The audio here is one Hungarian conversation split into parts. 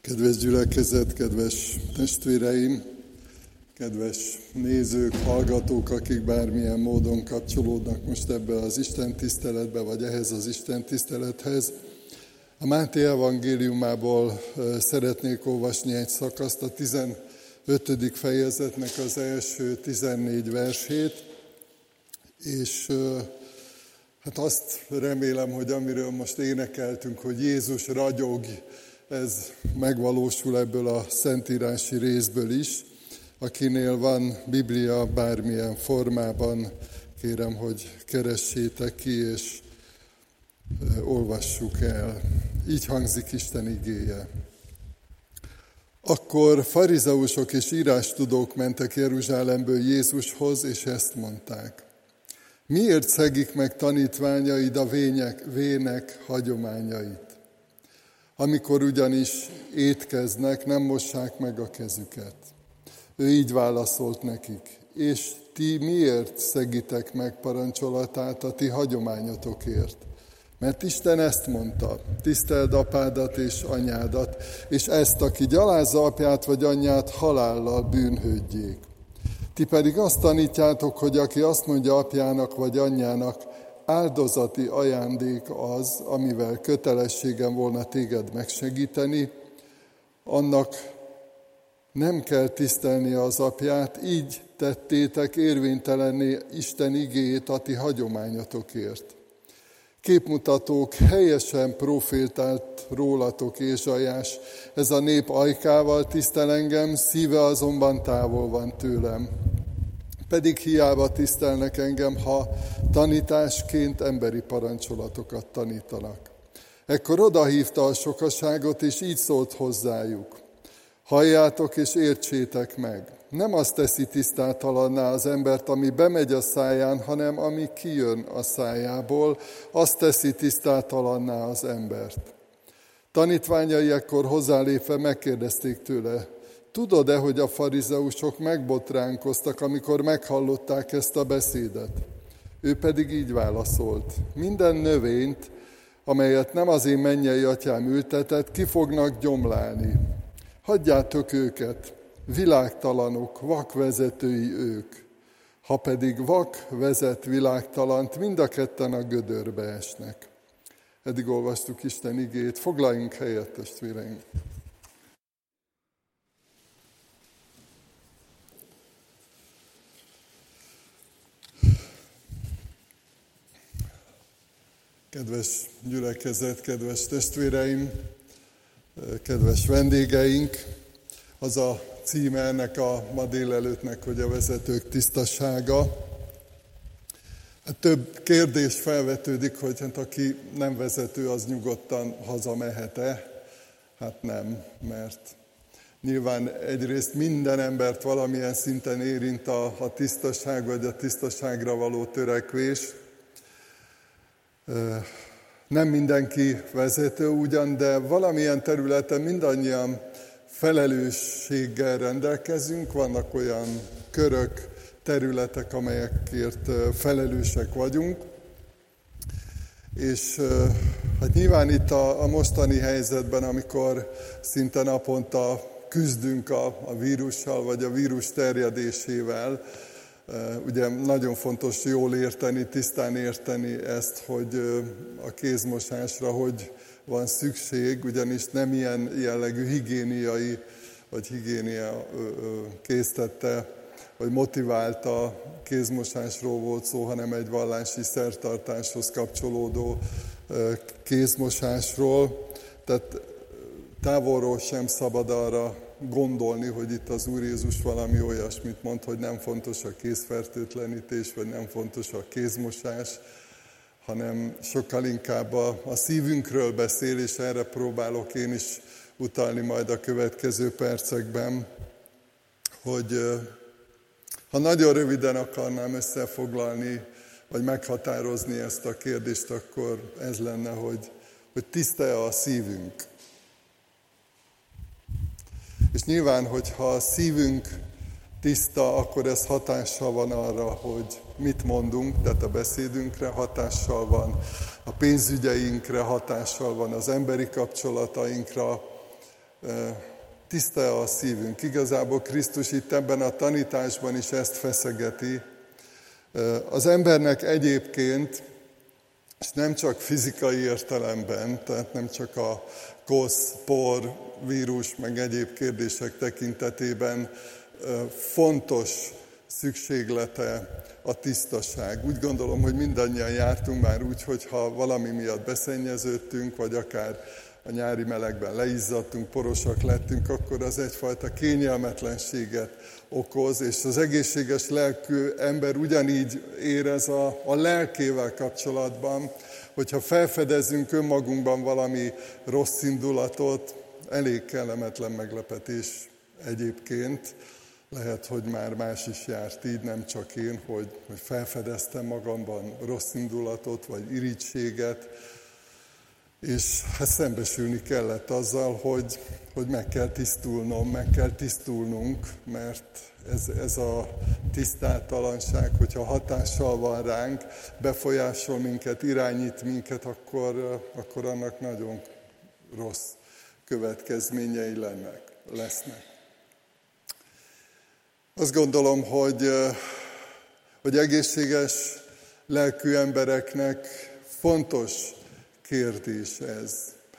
Kedves gyülekezet, kedves testvéreim, kedves nézők, hallgatók, akik bármilyen módon kapcsolódnak most ebbe az Isten tiszteletbe, vagy ehhez az Isten tisztelethez. A Máté evangéliumából szeretnék olvasni egy szakaszt, a 15. fejezetnek az első 14 versét, és hát azt remélem, hogy amiről most énekeltünk, hogy Jézus ragyog, ez megvalósul ebből a szentírási részből is. Akinél van Biblia bármilyen formában, kérem, hogy keressétek ki, és olvassuk el. Így hangzik Isten igéje. Akkor farizeusok és írástudók mentek Jeruzsálemből Jézushoz, és ezt mondták. Miért szegik meg tanítványaid a vének hagyományait? Amikor ugyanis étkeznek, nem mossák meg a kezüket. Ő így válaszolt nekik, és ti miért szegitek meg parancsolatát a ti hagyományotokért? Mert Isten ezt mondta, tiszteld apádat és anyádat, és ezt, aki gyalázza apját vagy anyját, halállal bűnhődjék. Ti pedig azt tanítjátok, hogy aki azt mondja apjának vagy anyjának, áldozati ajándék az, amivel kötelességem volna téged megsegíteni, annak nem kell tisztelnie az apját, így tettétek érvénytelenné Isten igéjét a ti hagyományotokért. Képmutatók helyesen profétált rólatok Ézsaiás, ez a nép ajkával tisztel engem, szíve azonban távol van tőlem. Pedig hiába tisztelnek engem, ha tanításként emberi parancsolatokat tanítanak. Ekkor odahívta a sokaságot, és így szólt hozzájuk. Halljátok és értsétek meg. Nem azt teszi tisztátalanná az embert, ami bemegy a száján, hanem ami kijön a szájából, azt teszi tisztátalanná az embert. Tanítványai ekkor hozzálépve megkérdezték tőle, tudod-e, hogy a farizeusok megbotránkoztak, amikor meghallották ezt a beszédet? Ő pedig így válaszolt, minden növényt, amelyet nem az én mennyei atyám ültetett, ki fognak gyomlálni. Hagyjátok őket, világtalanok, vakvezetői ők. Ha pedig vak vezet világtalant, mind a ketten a gödörbe esnek. Eddig olvastuk Isten igét, foglaljunk helyet, testvéreim! Kedves gyülekezet, kedves testvéreim, kedves vendégeink, az a címe ennek a ma délelőttnek, hogy a vezetők tisztasága. Hát több kérdés felvetődik, hogy hát aki nem vezető, az nyugodtan hazamehet-e? Hát nem, mert nyilván egyrészt minden embert valamilyen szinten érint a tisztaság, vagy a tisztaságra való törekvés. Nem mindenki vezető ugyan, de valamilyen területen mindannyian felelősséggel rendelkezünk. Vannak olyan körök, területek, amelyekért felelősek vagyunk. És hát nyilván itt a mostani helyzetben, amikor szinte naponta küzdünk a vírussal, vagy a vírus terjedésével, ugye nagyon fontos jól érteni, tisztán érteni ezt, hogy a kézmosásra hogy van szükség, ugyanis nem ilyen jellegű higiéniai, vagy higiénia késztette, vagy motiválta kézmosásról volt szó, hanem egy vallási szertartáshoz kapcsolódó kézmosásról. Tehát távolról sem szabad arra gondolni, hogy itt az Úr Jézus valami olyasmit mond, hogy nem fontos a kézfertőtlenítés, vagy nem fontos a kézmosás, hanem sokkal inkább a szívünkről beszél, és erre próbálok én is utalni majd a következő percekben, hogy ha nagyon röviden akarnám összefoglalni, vagy meghatározni ezt a kérdést, akkor ez lenne, hogy tiszta-e a szívünk. És nyilván, hogyha a szívünk tiszta, akkor ez hatással van arra, hogy mit mondunk, tehát a beszédünkre hatással van, a pénzügyeinkre hatással van, az emberi kapcsolatainkra, tiszta a szívünk. Igazából Krisztus itt ebben a tanításban is ezt feszegeti. Az embernek egyébként, és nem csak fizikai értelemben, tehát nem csak a kosz, por, vírus, meg egyéb kérdések tekintetében fontos szükséglete a tisztaság. Úgy gondolom, hogy mindannyian jártunk már úgy, hogyha valami miatt beszennyeződtünk, vagy akár a nyári melegben leizzadtunk, porosak lettünk, akkor az egyfajta kényelmetlenséget okoz, és az egészséges lelkű ember ugyanígy érez a lelkével kapcsolatban, hogyha felfedezünk önmagunkban valami rossz indulatot, elég kellemetlen meglepetés egyébként. Lehet, hogy már más is járt így, nem csak én, hogy felfedeztem magamban rossz indulatot, vagy irítséget, és hát szembesülni kellett azzal, hogy meg kell tisztulnom, meg kell tisztulnunk, mert ez a tisztátalanság, hogyha hatással van ránk, befolyásol minket, irányít minket, akkor annak nagyon rossz következményei lesznek. Azt gondolom, hogy egészséges lelkű embereknek fontos kérdés ez.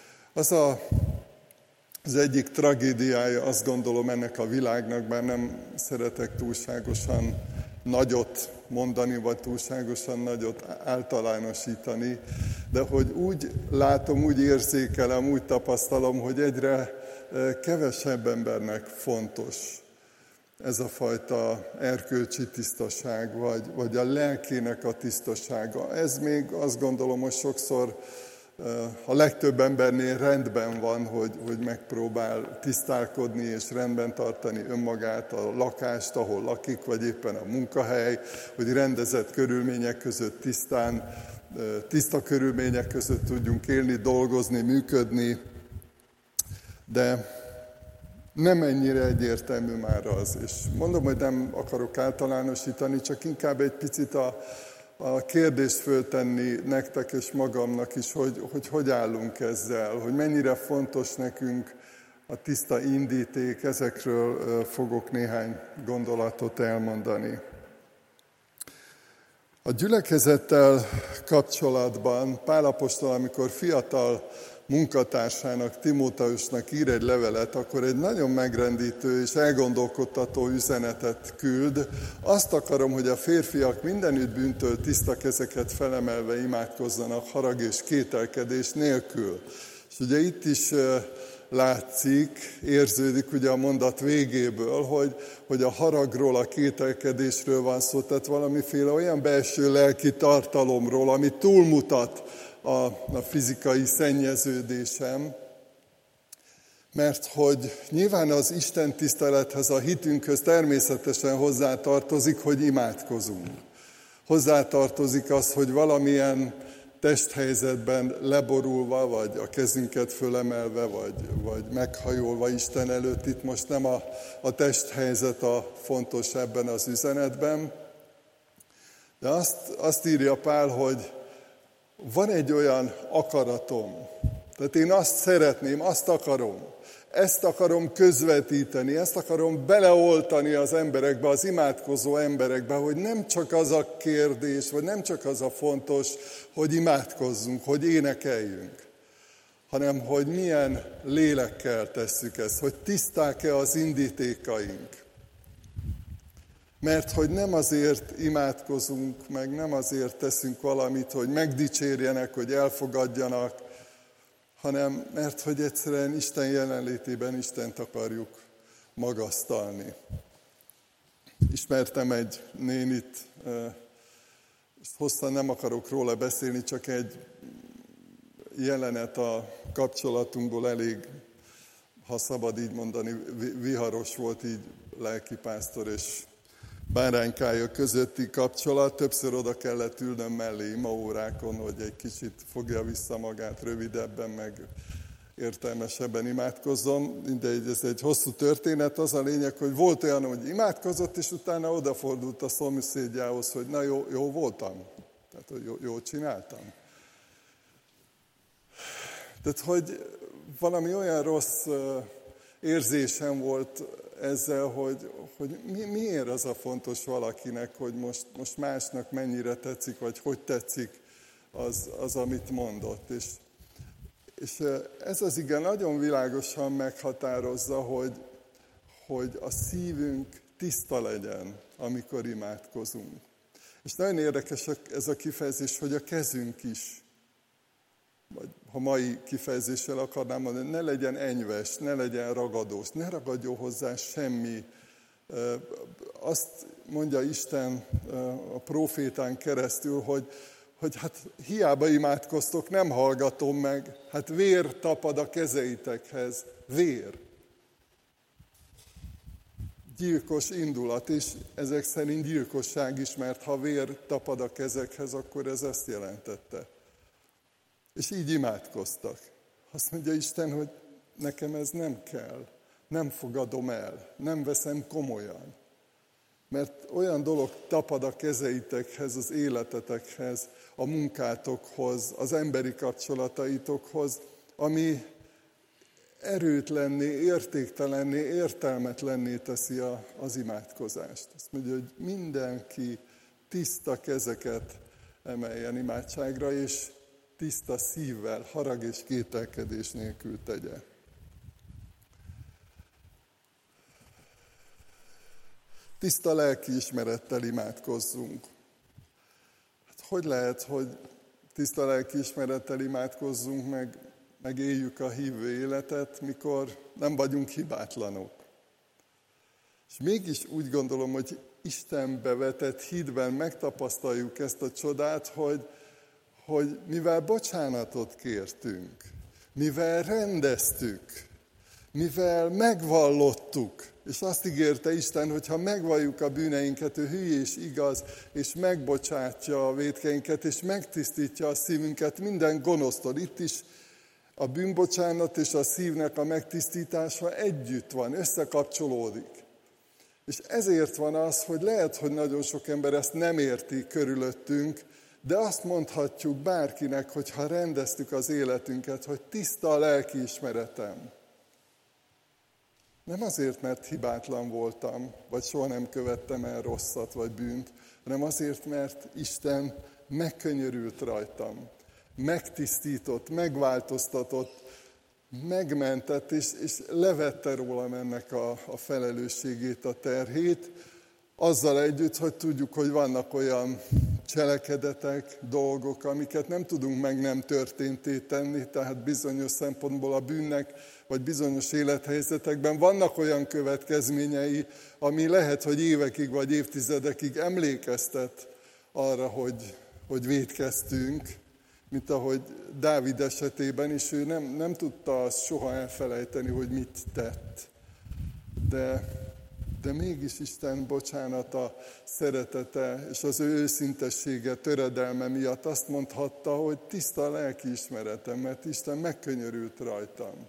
Az egyik tragédiája, azt gondolom, ennek a világnak, bár nem szeretek túlságosan nagyot mondani, vagy túlságosan nagyot általánosítani, de hogy úgy látom, úgy érzékelem, úgy tapasztalom, hogy egyre kevesebb embernek fontos ez a fajta erkölcsi tisztaság, vagy a lelkének a tisztasága. Ez még azt gondolom, hogy sokszor a legtöbb embernél rendben van, hogy megpróbál tisztálkodni és rendben tartani önmagát, a lakást, ahol lakik, vagy éppen a munkahely, hogy rendezett körülmények között tiszta körülmények között tudjunk élni, dolgozni, működni, de nem ennyire egyértelmű már az. És mondom, hogy nem akarok általánosítani, csak inkább egy picit a kérdést föltenni nektek és magamnak is, hogy állunk ezzel, hogy mennyire fontos nekünk a tiszta indíték, ezekről fogok néhány gondolatot elmondani. A gyülekezettel kapcsolatban Pál apostol, amikor fiatal munkatársának, Timóteusnak ír egy levelet, akkor egy nagyon megrendítő és elgondolkodtató üzenetet küld. Azt akarom, hogy a férfiak mindenütt bűntől tiszta kezeket felemelve imádkozzanak harag és kételkedés nélkül. És ugye itt is látszik, érződik ugye a mondat végéből, hogy a haragról, a kételkedésről van szó, tehát valamiféle olyan belső lelki tartalomról, ami túlmutat a fizikai szennyeződésem, mert hogy nyilván az Isten tisztelethez, a hitünkhöz természetesen hozzátartozik, hogy imádkozunk. Hozzátartozik az, hogy valamilyen testhelyzetben leborulva, vagy a kezünket fölemelve, vagy meghajolva Isten előtt, itt most nem a testhelyzet a fontos ebben az üzenetben, de azt írja Pál, hogy van egy olyan akaratom, tehát én azt szeretném, azt akarom, ezt akarom közvetíteni, ezt akarom beleoltani az emberekbe, az imádkozó emberekbe, hogy nem csak az a kérdés, vagy nem csak az a fontos, hogy imádkozzunk, hogy énekeljünk, hanem hogy milyen lélekkel tesszük ezt, hogy tiszták-e az indítékaink. Mert hogy nem azért imádkozunk, meg nem azért teszünk valamit, hogy megdicsérjenek, hogy elfogadjanak, hanem mert hogy egyszerűen Isten jelenlétében Istent akarjuk magasztalni. Ismertem egy nénit, hosszan nem akarok róla beszélni, csak egy jelenet a kapcsolatunkból elég, ha szabad így mondani, viharos volt így lelkipásztor és báránykája közötti kapcsolat. Többször oda kellett ülnöm mellé imaórákon, hogy egy kicsit fogja vissza magát rövidebben, meg értelmesebben imádkozzon. Mindegy, ez egy hosszú történet. Az a lényeg, hogy volt olyan, hogy imádkozott, és utána odafordult a szomszédjához, hogy na jó voltam. Tehát, hogy jól csináltam. Tehát, hogy valami olyan rossz érzésem volt ezzel, hogy miért az a fontos valakinek, hogy most másnak mennyire tetszik, vagy hogy tetszik az amit mondott. És ez az ige nagyon világosan meghatározza, hogy a szívünk tiszta legyen, amikor imádkozunk. És nagyon érdekes ez a kifejezés, hogy a kezünk is, vagy ha mai kifejezéssel akarnám mondani, ne legyen enyves, ne legyen ragadós, ne ragadjon hozzá semmi. Azt mondja Isten a prófétán keresztül, hogy hát hiába imádkoztok, nem hallgatom meg, hát vér tapad a kezeitekhez, vér. Gyilkos indulat, és ezek szerint gyilkosság is, mert ha vér tapad a kezekhez, akkor ez ezt jelentette. És így imádkoztak. Azt mondja Isten, hogy nekem ez nem kell, nem fogadom el, nem veszem komolyan. Mert olyan dolog tapad a kezeitekhez, az életetekhez, a munkátokhoz, az emberi kapcsolataitokhoz, ami erőtlenné, értéktelenné, értelmetlenné teszi az imádkozást. Azt mondja, hogy mindenki tiszta kezeket emeljen imádságra, és tiszta szívvel, harag és kételkedés nélkül tegye. Tiszta lelkiismerettel imádkozzunk. Hát hogy lehet, hogy tiszta lelkiismerettel imádkozzunk, meg éljük a hívő életet, mikor nem vagyunk hibátlanok? És mégis úgy gondolom, hogy Istenbe vetett hitben megtapasztaljuk ezt a csodát, hogy mivel bocsánatot kértünk, mivel rendeztük, mivel megvallottuk, és azt ígérte Isten, hogy ha megvalljuk a bűneinket, ő hű és igaz, és megbocsátja a vétkeinket, és megtisztítja a szívünket minden gonosztól. Itt is a bűnbocsánat és a szívnek a megtisztítása együtt van, összekapcsolódik. És ezért van az, hogy lehet, hogy nagyon sok ember ezt nem érti körülöttünk, de azt mondhatjuk bárkinek, hogy ha rendeztük az életünket, hogy tiszta a lelkiismeretem. Nem azért, mert hibátlan voltam, vagy soha nem követtem el rosszat vagy bűnt, hanem azért, mert Isten megkönyörült rajtam, megtisztított, megváltoztatott, megmentett, és levette rólam ennek a felelősségét, a terhét, azzal együtt, hogy tudjuk, hogy vannak olyan cselekedetek, dolgok, amiket nem tudunk meg nem történté tenni, tehát bizonyos szempontból a bűnnek, vagy bizonyos élethelyzetekben vannak olyan következményei, ami lehet, hogy évekig vagy évtizedekig emlékeztet arra, hogy vétkeztünk, mint ahogy Dávid esetében is, ő nem tudta azt soha elfelejteni, hogy mit tett. De mégis Isten bocsánata, szeretete és az ő őszintessége, töredelme miatt azt mondhatta, hogy tiszta a lelkiismeretem, mert Isten megkönyörült rajtam.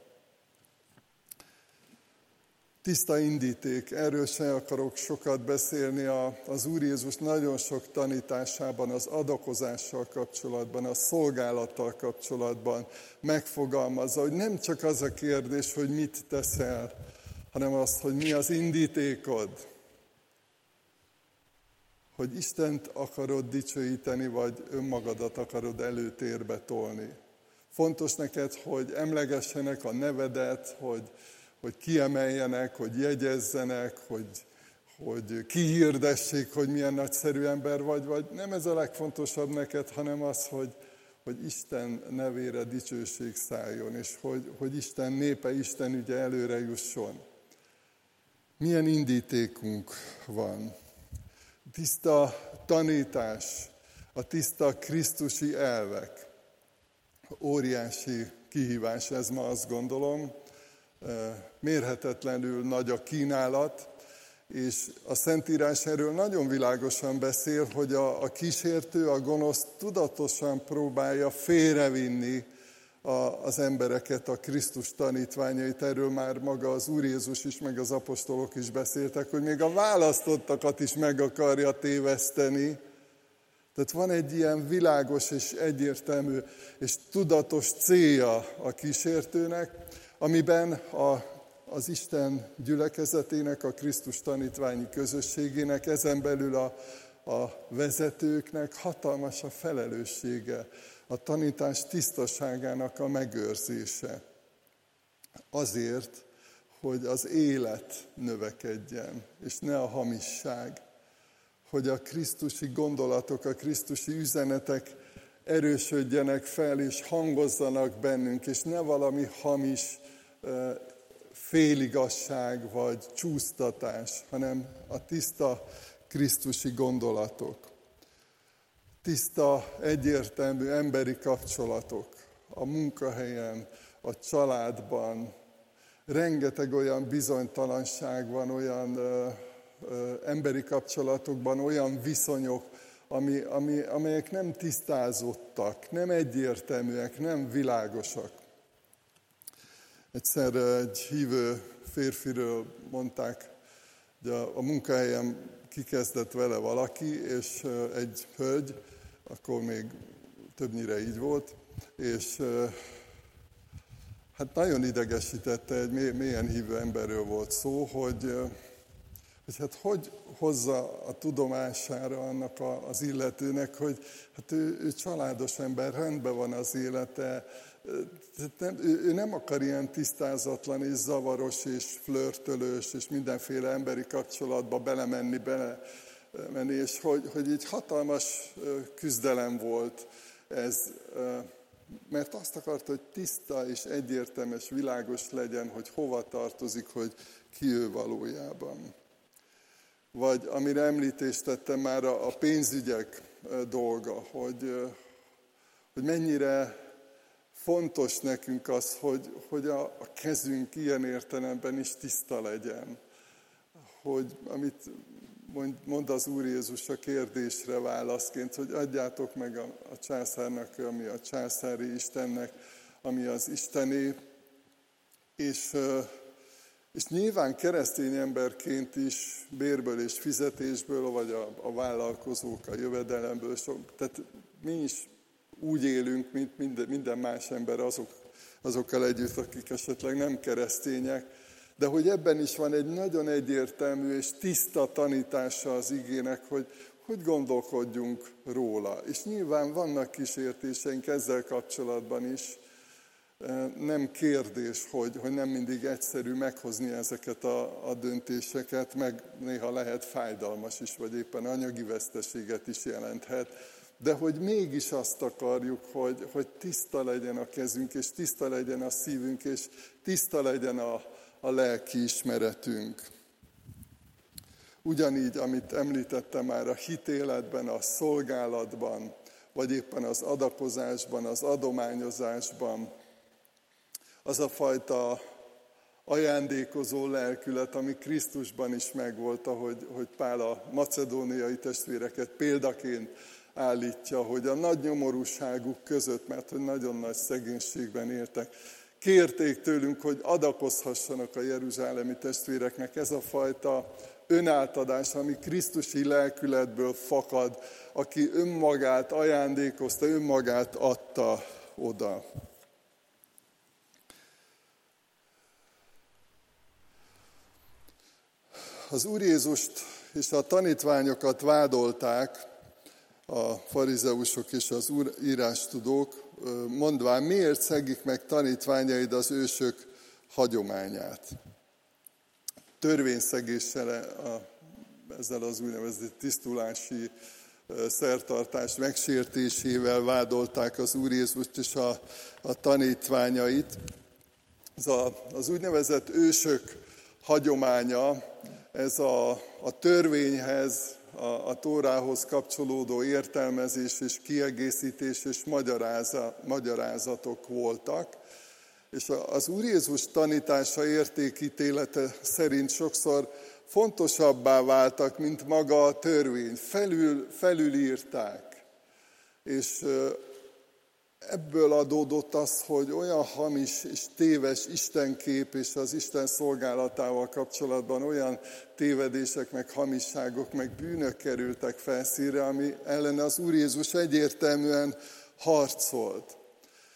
Tiszta indíték, erről sem akarok sokat beszélni, az Úr Jézus nagyon sok tanításában, az adakozással kapcsolatban, a szolgálattal kapcsolatban megfogalmazza, hogy nem csak az a kérdés, hogy mit teszel, hanem azt, hogy mi az indítékod. Hogy Istent akarod dicsőíteni, vagy önmagadat akarod előtérbe tolni. Fontos neked, hogy emlegessenek a nevedet, hogy kiemeljenek, hogy jegyezzenek, hogy kihirdessék, hogy milyen nagyszerű ember vagy nem ez a legfontosabb neked, hanem az, hogy Isten nevére dicsőség szálljon, és hogy Isten népe, Isten ügye előre jusson. Milyen indítékunk van? Tiszta tanítás, a tiszta krisztusi elvek. Óriási kihívás ez ma, azt gondolom. Mérhetetlenül nagy a kínálat, és a Szentírás erről nagyon világosan beszél, hogy a kísértő, a gonosz tudatosan próbálja félrevinni az embereket, a Krisztus tanítványait. Erről már maga az Úr Jézus is, meg az apostolok is beszéltek, hogy még a választottakat is meg akarja téveszteni. Tehát van egy ilyen világos és egyértelmű és tudatos célja a kísértőnek, amiben az Isten gyülekezetének, a Krisztus tanítványi közösségének, ezen belül a vezetőknek hatalmas a felelőssége, a tanítás tisztaságának a megőrzése. Azért, hogy az élet növekedjen, és ne a hamisság. Hogy a krisztusi gondolatok, a krisztusi üzenetek erősödjenek fel, és hangozzanak bennünk, és ne valami hamis féligasság vagy csúsztatás, hanem a tiszta krisztusi gondolatok. Tiszta, egyértelmű emberi kapcsolatok a munkahelyen, a családban. Rengeteg olyan bizonytalanság van, olyan emberi kapcsolatokban, olyan viszonyok, amelyek nem tisztázottak, nem egyértelműek, nem világosak. Egyszer egy hívő férfiről mondták, hogy a munkahelyen kikezdett vele valaki, és egy hölgy, akkor még többnyire így volt, és hát nagyon idegesítette, egy mélyen hívő emberről volt szó, hogy hogy hozza a tudomására annak az illetőnek, hogy hát ő családos ember, rendben van az élete, ő nem akar ilyen tisztázatlan és zavaros és flörtölős és mindenféle emberi kapcsolatba belemenni, és hogy így hatalmas küzdelem volt ez, mert azt akart, hogy tiszta és egyértelmű és világos legyen, hogy hova tartozik, hogy ki ő valójában. Vagy amire említést tettem már, a pénzügyek dolga, hogy mennyire fontos nekünk az, hogy a kezünk ilyen értelemben is tiszta legyen. Hogy amit mond az Úr Jézus a kérdésre válaszként, hogy adjátok meg a császárnak, ami a császári, Istennek, ami az Istené, és nyilván keresztény emberként is bérből és fizetésből, vagy a vállalkozók a jövedelemből, tehát mi is úgy élünk, mint minden más ember azokkal együtt, akik esetleg nem keresztények, de hogy ebben is van egy nagyon egyértelmű és tiszta tanítása az igének, hogy gondolkodjunk róla. És nyilván vannak kísértéseink ezzel kapcsolatban is. Nem kérdés, hogy nem mindig egyszerű meghozni ezeket a döntéseket, meg néha lehet fájdalmas is, vagy éppen anyagi veszteséget is jelenthet. De hogy mégis azt akarjuk, hogy tiszta legyen a kezünk, és tiszta legyen a szívünk, és tiszta legyen a lelki ismeretünk. Ugyanígy, amit említettem már a hitéletben, a szolgálatban, vagy éppen az adakozásban, az adományozásban, az a fajta ajándékozó lelkület, ami Krisztusban is megvolt, hogy Pál a macedóniai testvéreket példaként állítja, hogy a nagy nyomorúságuk között, mert hogy nagyon nagy szegénységben éltek, kérték tőlünk, hogy adakozhassanak a jeruzsálemi testvéreknek. Ez a fajta önátadás, ami krisztusi lelkületből fakad, aki önmagát ajándékozta, önmagát adta oda. Az Úr Jézust és a tanítványokat vádolták a farizeusok és az írástudók, mondván, miért szegik meg tanítványaid az ősök hagyományát. Törvényszegéssel, ezzel az úgynevezett tisztulási szertartás megsértésével vádolták az Úr Jézust és a tanítványait. Ez az úgynevezett ősök hagyománya, ez a törvényhez, a Tórához kapcsolódó értelmezés és kiegészítés és magyarázatok voltak. És az Úr Jézus tanítása, értékítélete szerint sokszor fontosabbá váltak, mint maga a törvény. Felülírták. És ebből adódott az, hogy olyan hamis és téves istenkép és az Isten szolgálatával kapcsolatban olyan tévedések, meg hamisságok, meg bűnök kerültek felszínre, ami ellen az Úr Jézus egyértelműen harcolt.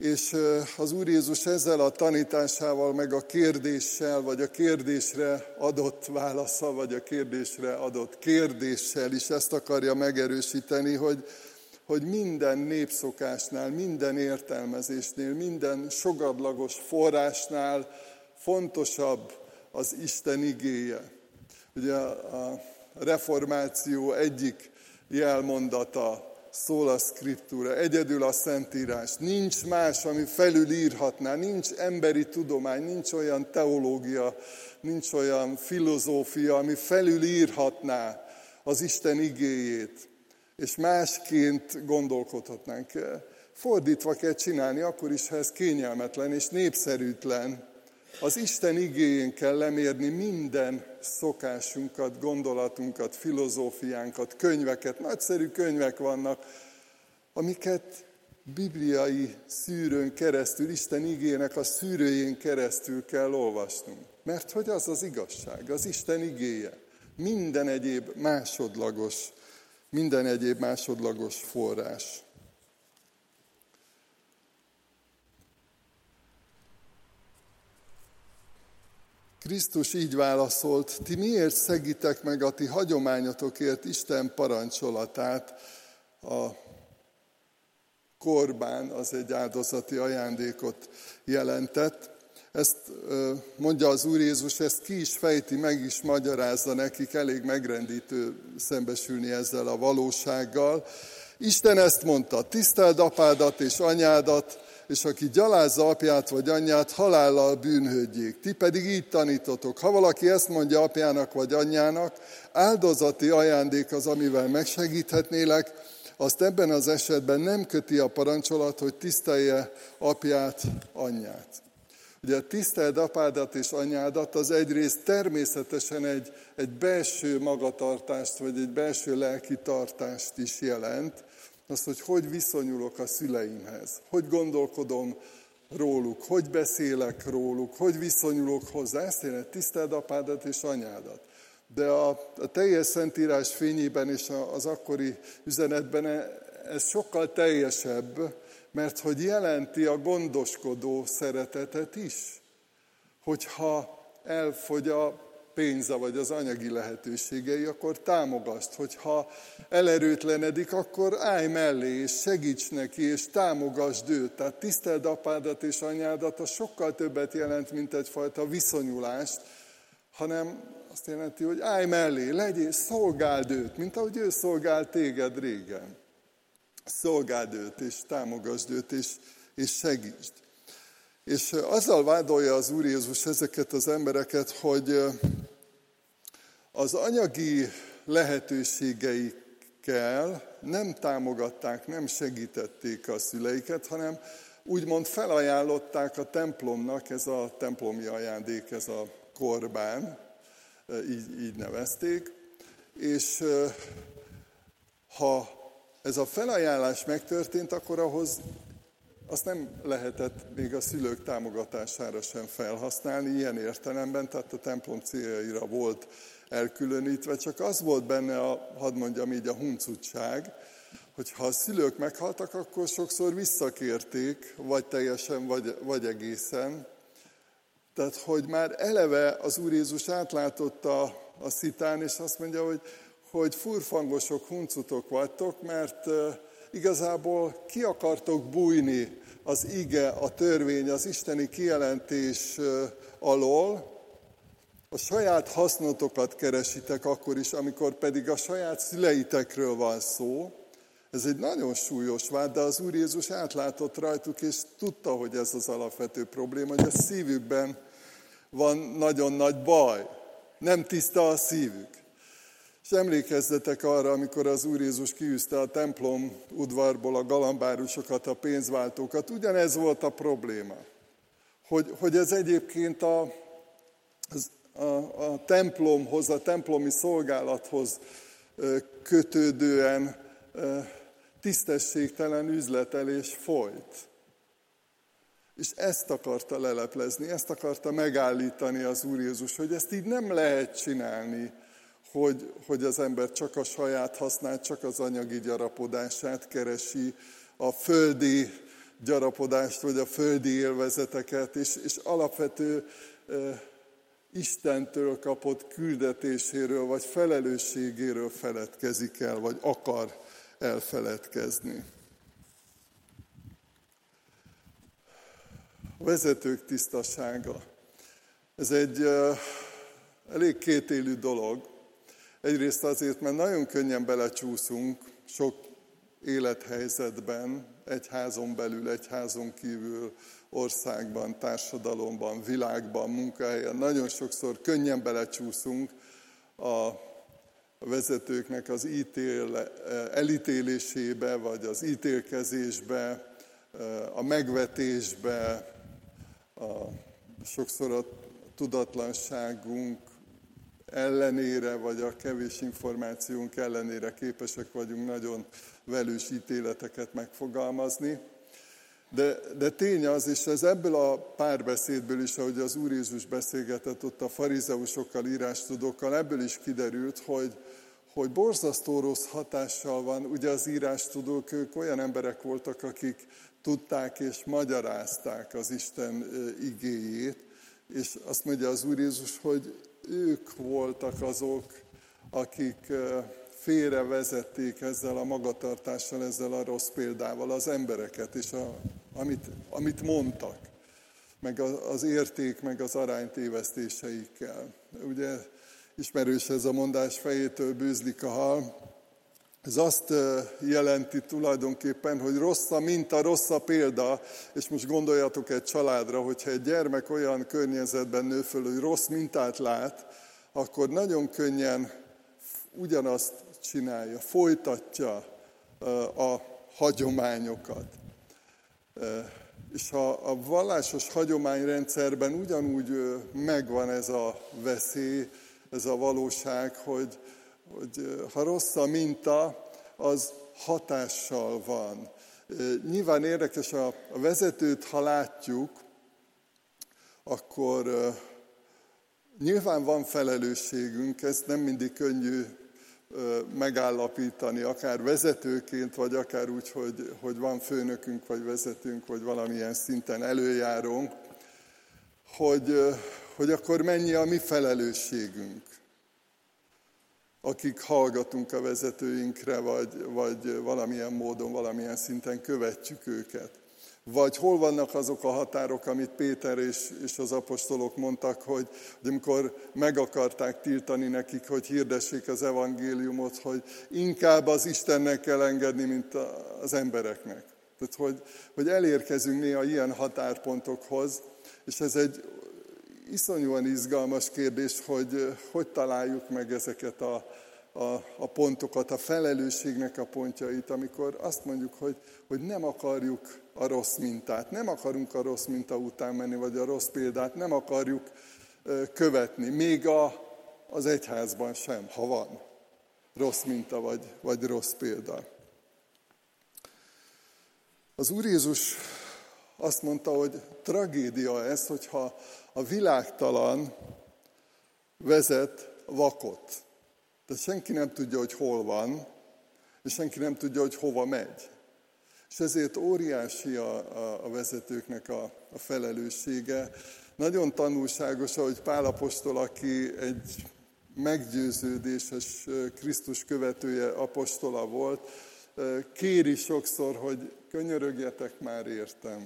És az Úr Jézus ezzel a tanításával, meg a kérdéssel, vagy a kérdésre adott válasza, vagy a kérdésre adott kérdéssel is ezt akarja megerősíteni, hogy minden népszokásnál, minden értelmezésnél, minden sogadlagos forrásnál fontosabb az Isten igéje. Ugye a reformáció egyik jelmondata, sola scriptura, egyedül a Szentírás. Nincs más, ami felülírhatná, nincs emberi tudomány, nincs olyan teológia, nincs olyan filozófia, ami felülírhatná az Isten igéjét, és másként gondolkodhatnánk. Fordítva kell csinálni, akkor is, ha ez kényelmetlen és népszerűtlen. Az Isten igéjén kell lemérni minden szokásunkat, gondolatunkat, filozófiánkat, könyveket. Nagyszerű könyvek vannak, amiket bibliai szűrőn keresztül, Isten igének a szűrőjén keresztül kell olvasnunk. Mert hogy az az igazság, az Isten igéje. Minden egyéb másodlagos forrás. Krisztus így válaszolt, ti miért szegitek meg a ti hagyományotokért Isten parancsolatát? A korbán az egy áldozati ajándékot jelentett. Ezt mondja az Úr Jézus, ezt ki is fejti, meg is magyarázza nekik, elég megrendítő szembesülni ezzel a valósággal. Isten ezt mondta, tiszteld apádat és anyádat, és aki gyalázza apját vagy anyját, halállal bűnhődjék. Ti pedig így tanítotok. Ha valaki ezt mondja apjának vagy anyjának, áldozati ajándék az, amivel megsegíthetnélek, azt ebben az esetben nem köti a parancsolat, hogy tisztelje apját, anyját. Ugye tiszteld apádat és anyádat az egyrészt természetesen egy belső magatartást, vagy egy belső lelki tartást is jelent. Az, hogy viszonyulok a szüleimhez, hogy gondolkodom róluk, hogy beszélek róluk, hogy viszonyulok hozzá. Ezt jelenti, tiszteld apádat és anyádat. De a teljes Szentírás fényében és az akkori üzenetben ez sokkal teljesebb, mert hogy jelenti a gondoskodó szeretetet is. Hogyha elfogy a pénze vagy az anyagi lehetőségei, akkor támogasd. Hogyha elerőtlenedik, akkor állj mellé, és segíts neki, és támogasd őt. Tehát tiszteld apádat és anyádat, az sokkal többet jelent, mint egyfajta viszonyulást, hanem azt jelenti, hogy állj mellé, szolgáld őt, mint ahogy ő szolgált téged régen. Szolgáld őt, és támogasd őt, és segítsd. És azzal vádolja az Úr Jézus ezeket az embereket, hogy az anyagi lehetőségeikkel nem támogatták, nem segítették a szüleiket, hanem úgymond felajánlották a templomnak, ez a templomi ajándék, ez a korbán, így nevezték, és ha ez a felajánlás megtörtént, akkor ahhoz azt nem lehetett még a szülők támogatására sem felhasználni ilyen értelemben, tehát a templom céljaira volt elkülönítve, csak az volt benne, hadd mondjam így, a huncutság, hogy ha a szülők meghaltak, akkor sokszor visszakérték, vagy teljesen, vagy egészen. Tehát, hogy már eleve az Úr Jézus átlátott a szitán, és azt mondja, hogy furfangosok, huncutok vagytok, mert igazából ki akartok bújni az ige, a törvény, az isteni kijelentés alól, a saját hasznotokat keresitek akkor is, amikor pedig a saját szüleitekről van szó. Ez egy nagyon súlyos vád, de az Úr Jézus átlátott rajtuk, és tudta, hogy ez az alapvető probléma, hogy a szívükben van nagyon nagy baj. Nem tiszta a szívük. És emlékezzetek arra, amikor az Úr Jézus kiűzte a templom udvarból a galambárusokat, a pénzváltókat, ugyanez volt a probléma. Hogy ez egyébként a templomhoz, a templomi szolgálathoz kötődően tisztességtelen üzletelés folyt. És ezt akarta leleplezni, ezt akarta megállítani az Úr Jézus, hogy ezt így nem lehet csinálni, hogy az ember csak a saját hasznát, csak az anyagi gyarapodását keresi, a földi gyarapodást, vagy a földi élvezeteket, és alapvető Istentől kapott küldetéséről, vagy felelősségéről feledkezik el, vagy akar elfeledkezni. A vezetők tisztasága. Ez egy elég kétélű dolog. Egyrészt azért, mert nagyon könnyen belecsúszunk sok élethelyzetben, egy házon belül, egy házon kívül, országban, társadalomban, világban, munkahelyen. Nagyon sokszor könnyen belecsúszunk a vezetőknek az elítélésébe, vagy az ítélkezésbe, a megvetésbe, sokszor a tudatlanságunk ellenére, vagy a kevés információnk ellenére képesek vagyunk nagyon velős ítéleteket megfogalmazni. De tény az, és ez ebből a párbeszédből is, ahogy az Úr Jézus beszélgetett ott a farizeusokkal, írástudókkal, ebből is kiderült, hogy borzasztó rossz hatással van. Ugye az írástudók, ők olyan emberek voltak, akik tudták és magyarázták az Isten igéjét, és azt mondja az Úr Jézus, hogy ők voltak azok, akik félrevezették ezzel a magatartással, ezzel a rossz példával az embereket, és amit mondtak, meg az érték, meg az aránytévesztéseikkel. Ugye ismerős ez a mondás, fejétől bűzlik a hal. Ez azt jelenti tulajdonképpen, hogy rossz a minta, rossz a példa, és most gondoljatok egy családra, hogyha egy gyermek olyan környezetben nő föl, hogy rossz mintát lát, akkor nagyon könnyen ugyanazt csinálja, folytatja a hagyományokat. És ha a vallásos hagyományrendszerben ugyanúgy megvan ez a veszély, ez a valóság, hogy ha rossz a minta, az hatással van. Nyilván érdekes, a vezetőt, ha látjuk, akkor nyilván van felelősségünk, ezt nem mindig könnyű megállapítani, akár vezetőként, vagy akár úgy, hogy van főnökünk, vagy vezetőnk, vagy valamilyen szinten előjárunk, hogy akkor mennyi a mi felelősségünk, akik hallgatunk a vezetőinkre, vagy valamilyen módon, valamilyen szinten követjük őket. Vagy hol vannak azok a határok, amit Péter és az apostolok mondtak, hogy amikor meg akarták tiltani nekik, hogy hirdessék az evangéliumot, hogy inkább az Istennek kell engedni, mint az embereknek. Tehát, hogy elérkezünk néha ilyen határpontokhoz, és ez egy iszonyúan izgalmas kérdés, hogy találjuk meg ezeket a pontokat, a felelősségnek a pontjait, amikor azt mondjuk, hogy nem akarjuk a rossz mintát, nem akarunk a rossz minta után menni, vagy a rossz példát nem akarjuk követni, még az egyházban sem, ha van rossz minta, vagy rossz példa. Az Úr Jézus azt mondta, hogy tragédia ez, hogyha a világtalan vezet vakot. Tehát senki nem tudja, hogy hol van, és senki nem tudja, hogy hova megy. És ezért óriási a vezetőknek a felelőssége. Nagyon tanulságos, ahogy Pál apostol, aki egy meggyőződéses Krisztus követője, apostola volt, kéri sokszor, hogy könyörögjetek már értem.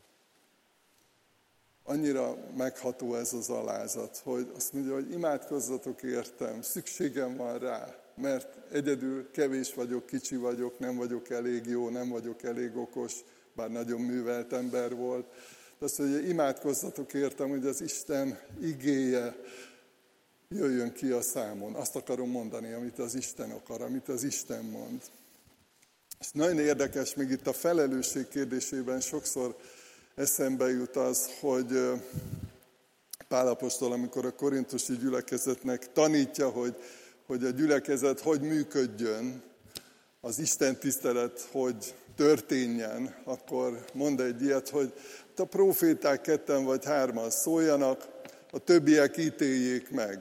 Annyira megható ez az alázat, hogy azt mondja, hogy imádkozzatok értem, szükségem van rá, mert egyedül kevés vagyok, kicsi vagyok, nem vagyok elég jó, nem vagyok elég okos, bár nagyon művelt ember volt. De azt mondja, hogy imádkozzatok értem, hogy az Isten igéje jöjjön ki a számon. Azt akarom mondani, amit az Isten akar, amit az Isten mond. És nagyon érdekes, még itt a felelősség kérdésében sokszor eszembe jut az, hogy Pál apostol, amikor a korintusi gyülekezetnek tanítja, hogy a gyülekezet hogy működjön, az Isten tisztelet hogy történjen, akkor mond egy ilyet, hogy a próféták 2 vagy 3 szóljanak, a többiek ítéljék meg.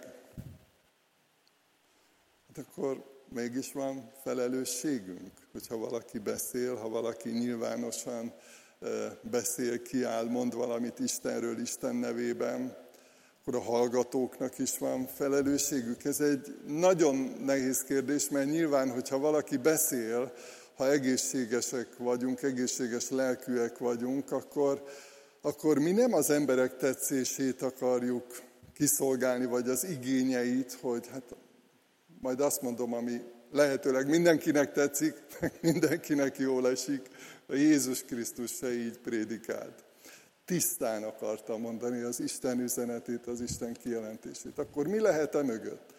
Hát akkor mégis van felelősségünk, hogyha valaki beszél, ha valaki nyilvánosan beszél, kiáll, mond valamit Istenről, Isten nevében, akkor a hallgatóknak is van felelősségük. Ez egy nagyon nehéz kérdés, mert nyilván, hogyha valaki beszél, ha egészségesek vagyunk, egészséges lelkűek vagyunk, akkor mi nem az emberek tetszését akarjuk kiszolgálni, vagy az igényeit, hogy hát majd azt mondom, ami lehetőleg mindenkinek tetszik, mindenkinek jól esik. A Jézus Krisztus se így prédikált. Tisztán akarta mondani az Isten üzenetét, az Isten kijelentését. Akkor mi lehet e mögött?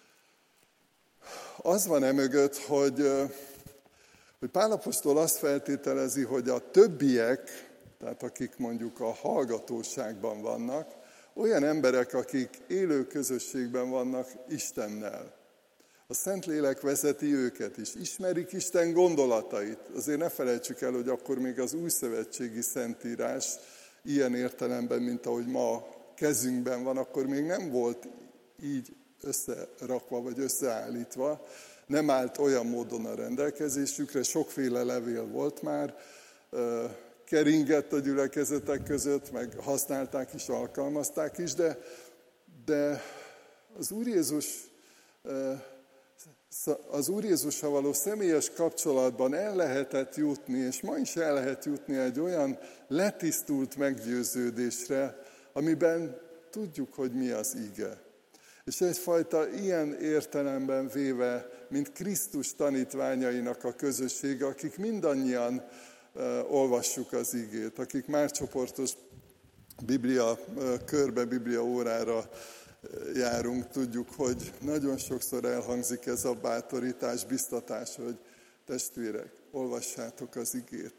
Az van e mögött, hogy Pál apostol azt feltételezi, hogy a többiek, tehát akik mondjuk a hallgatóságban vannak, olyan emberek, akik élő közösségben vannak Istennel. A Szentlélek vezeti őket is, ismerik Isten gondolatait. Azért ne felejtsük el, hogy akkor még az újszövetségi Szentírás ilyen értelemben, mint ahogy ma kezünkben van, akkor még nem volt így összerakva vagy összeállítva, nem állt olyan módon a rendelkezésükre, sokféle levél volt már, keringett a gyülekezetek között, meg használták is, alkalmazták is, de az Úr Jézussal való személyes kapcsolatban el lehetett jutni, és ma is el lehet jutni egy olyan letisztult meggyőződésre, amiben tudjuk, hogy mi az ige. És egyfajta ilyen értelemben véve, mint Krisztus tanítványainak a közössége, akik mindannyian olvassuk az igét, akik már csoportos Biblia körbe, Biblia órára járunk, tudjuk, hogy nagyon sokszor elhangzik ez a bátorítás, biztatás, hogy testvérek, olvassátok az igét.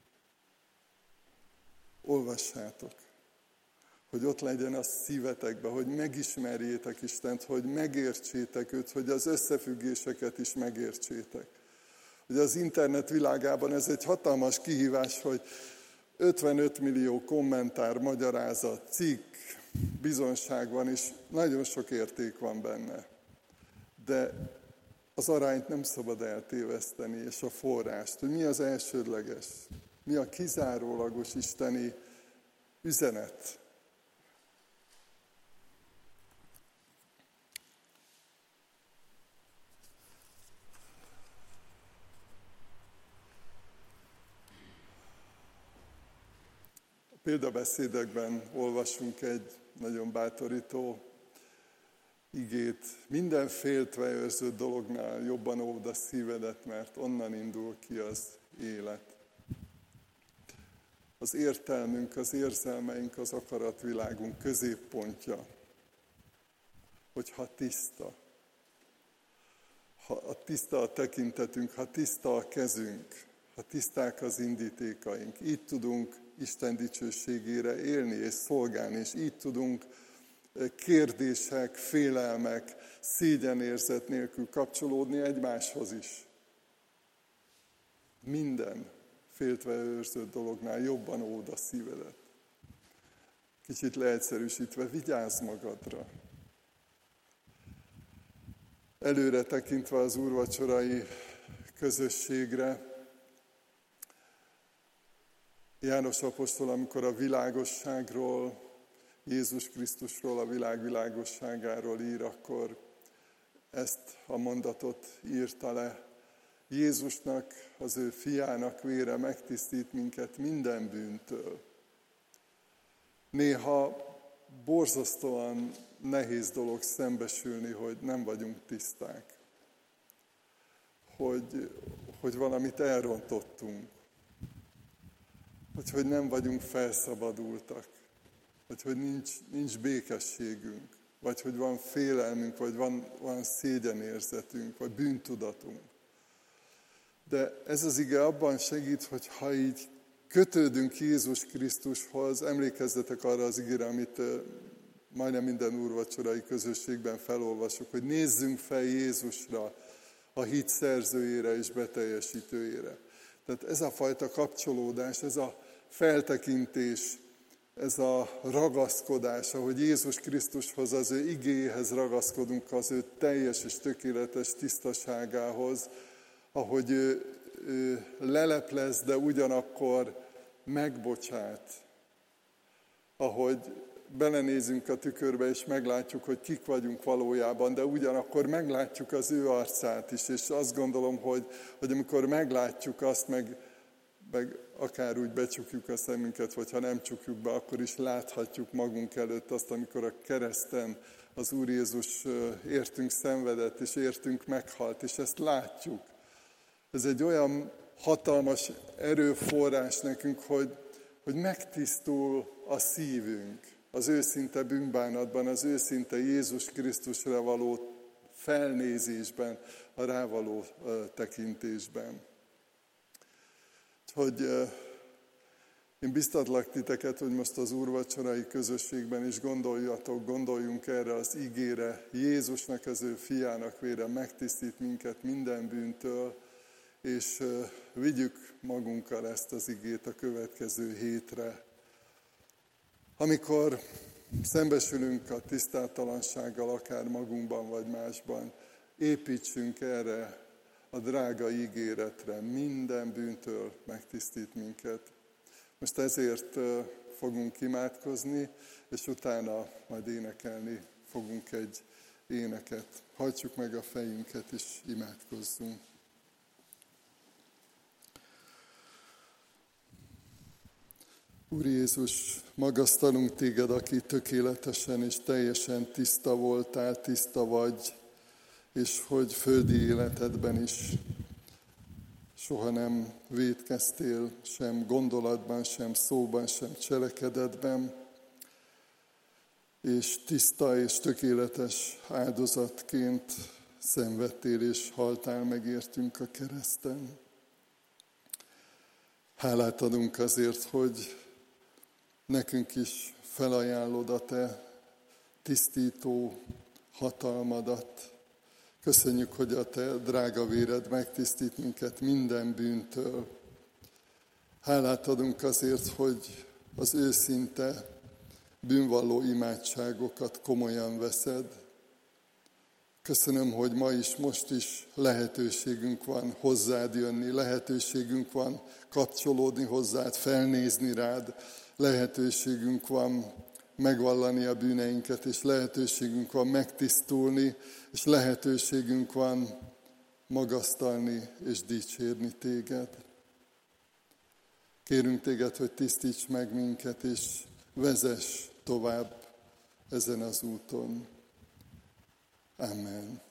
Olvassátok. Hogy ott legyen a szívetekben, hogy megismerjétek Istent, hogy megértsétek őt, hogy az összefüggéseket is megértsétek. Hogy az internet világában ez egy hatalmas kihívás, hogy 55 millió kommentár, magyarázat, cikk, bizonyság van, és nagyon sok érték van benne. De az arányt nem szabad eltéveszteni, és a forrást, hogy mi az elsődleges, mi a kizárólagos isteni üzenet. A példabeszédekben olvasunk egy nagyon bátorító igét. Minden féltve őrzött dolognál jobban óvd a szívedet, mert onnan indul ki az élet. Az értelmünk, az érzelmeink, az akaratvilágunk középpontja, hogyha tiszta. Ha tiszta a tekintetünk, ha tiszta a kezünk, ha tiszták az indítékaink, így tudunk Isten dicsőségére élni és szolgálni, és így tudunk kérdések, félelmek, szégyenérzet nélkül kapcsolódni egymáshoz is. Minden féltve őrzött dolognál jobban óvd a szívedet. Kicsit leegyszerűsítve, vigyázz magadra. Előre tekintve az úrvacsorai közösségre, János apostol, amikor a világosságról, Jézus Krisztusról, a világ világosságáról ír, akkor ezt a mondatot írta le. Jézusnak, az ő fiának vére megtisztít minket minden bűntől. Néha borzasztóan nehéz dolog szembesülni, hogy nem vagyunk tiszták. Hogy valamit elrontottunk. Hogy nem vagyunk felszabadultak. Vagy hogy nincs békességünk. Vagy hogy van félelmünk, vagy van szégyenérzetünk, vagy bűntudatunk. De ez az ige abban segít, hogy ha így kötődünk Jézus Krisztushoz, emlékezzetek arra az igére, amit majdnem minden úrvacsorai közösségben felolvasok, hogy nézzünk fel Jézusra, a hit szerzőjére és beteljesítőjére. Tehát ez a fajta kapcsolódás, ez a feltekintés, ez a ragaszkodás, ahogy Jézus Krisztushoz, az ő igéhez ragaszkodunk, az ő teljes és tökéletes tisztaságához, ahogy ő leleplez, de ugyanakkor megbocsát, ahogy belenézünk a tükörbe, és meglátjuk, hogy kik vagyunk valójában, de ugyanakkor meglátjuk az ő arcát is, és azt gondolom, hogy amikor meglátjuk azt, meg akár úgy becsukjuk a szemünket, vagy ha nem csukjuk be, akkor is láthatjuk magunk előtt azt, amikor a kereszten az Úr Jézus értünk szenvedett, és értünk meghalt, és ezt látjuk. Ez egy olyan hatalmas erőforrás nekünk, hogy megtisztul a szívünk az őszinte bűnbánatban, az őszinte Jézus Krisztusra való felnézésben, a rávaló tekintésben. Úgyhogy én biztatlak titeket, hogy most az úrvacsorai közösségben is gondoljunk erre az ígére. Jézusnak, az ő fiának vére megtisztít minket minden bűntől, és vigyük magunkkal ezt az igét a következő hétre. Amikor szembesülünk a tisztátalansággal, akár magunkban vagy másban, építsünk erre a drága ígéretre, minden bűntől megtisztít minket. Most ezért fogunk imádkozni, és utána majd énekelni fogunk egy éneket. Hajtsuk meg a fejünket, és imádkozzunk. Úr Jézus, magasztalunk téged, aki tökéletesen és teljesen tiszta voltál, tiszta vagy, és hogy földi életedben is soha nem vétkeztél, sem gondolatban, sem szóban, sem cselekedetben, és tiszta és tökéletes áldozatként szenvedtél és haltál meg értünk a kereszten. Hálát adunk azért, hogy nekünk is felajánlod a te tisztító hatalmadat. Köszönjük, hogy a te drága véred megtisztít minket minden bűntől. Hálát adunk azért, hogy az őszinte bűnvalló imádságokat komolyan veszed. Köszönöm, hogy ma is, most is lehetőségünk van hozzád jönni, lehetőségünk van kapcsolódni hozzád, felnézni rád, lehetőségünk van megvallani a bűneinket, és lehetőségünk van megtisztulni, és lehetőségünk van magasztalni és dicsérni téged. Kérünk téged, hogy tisztíts meg minket, és vezess tovább ezen az úton. Amen.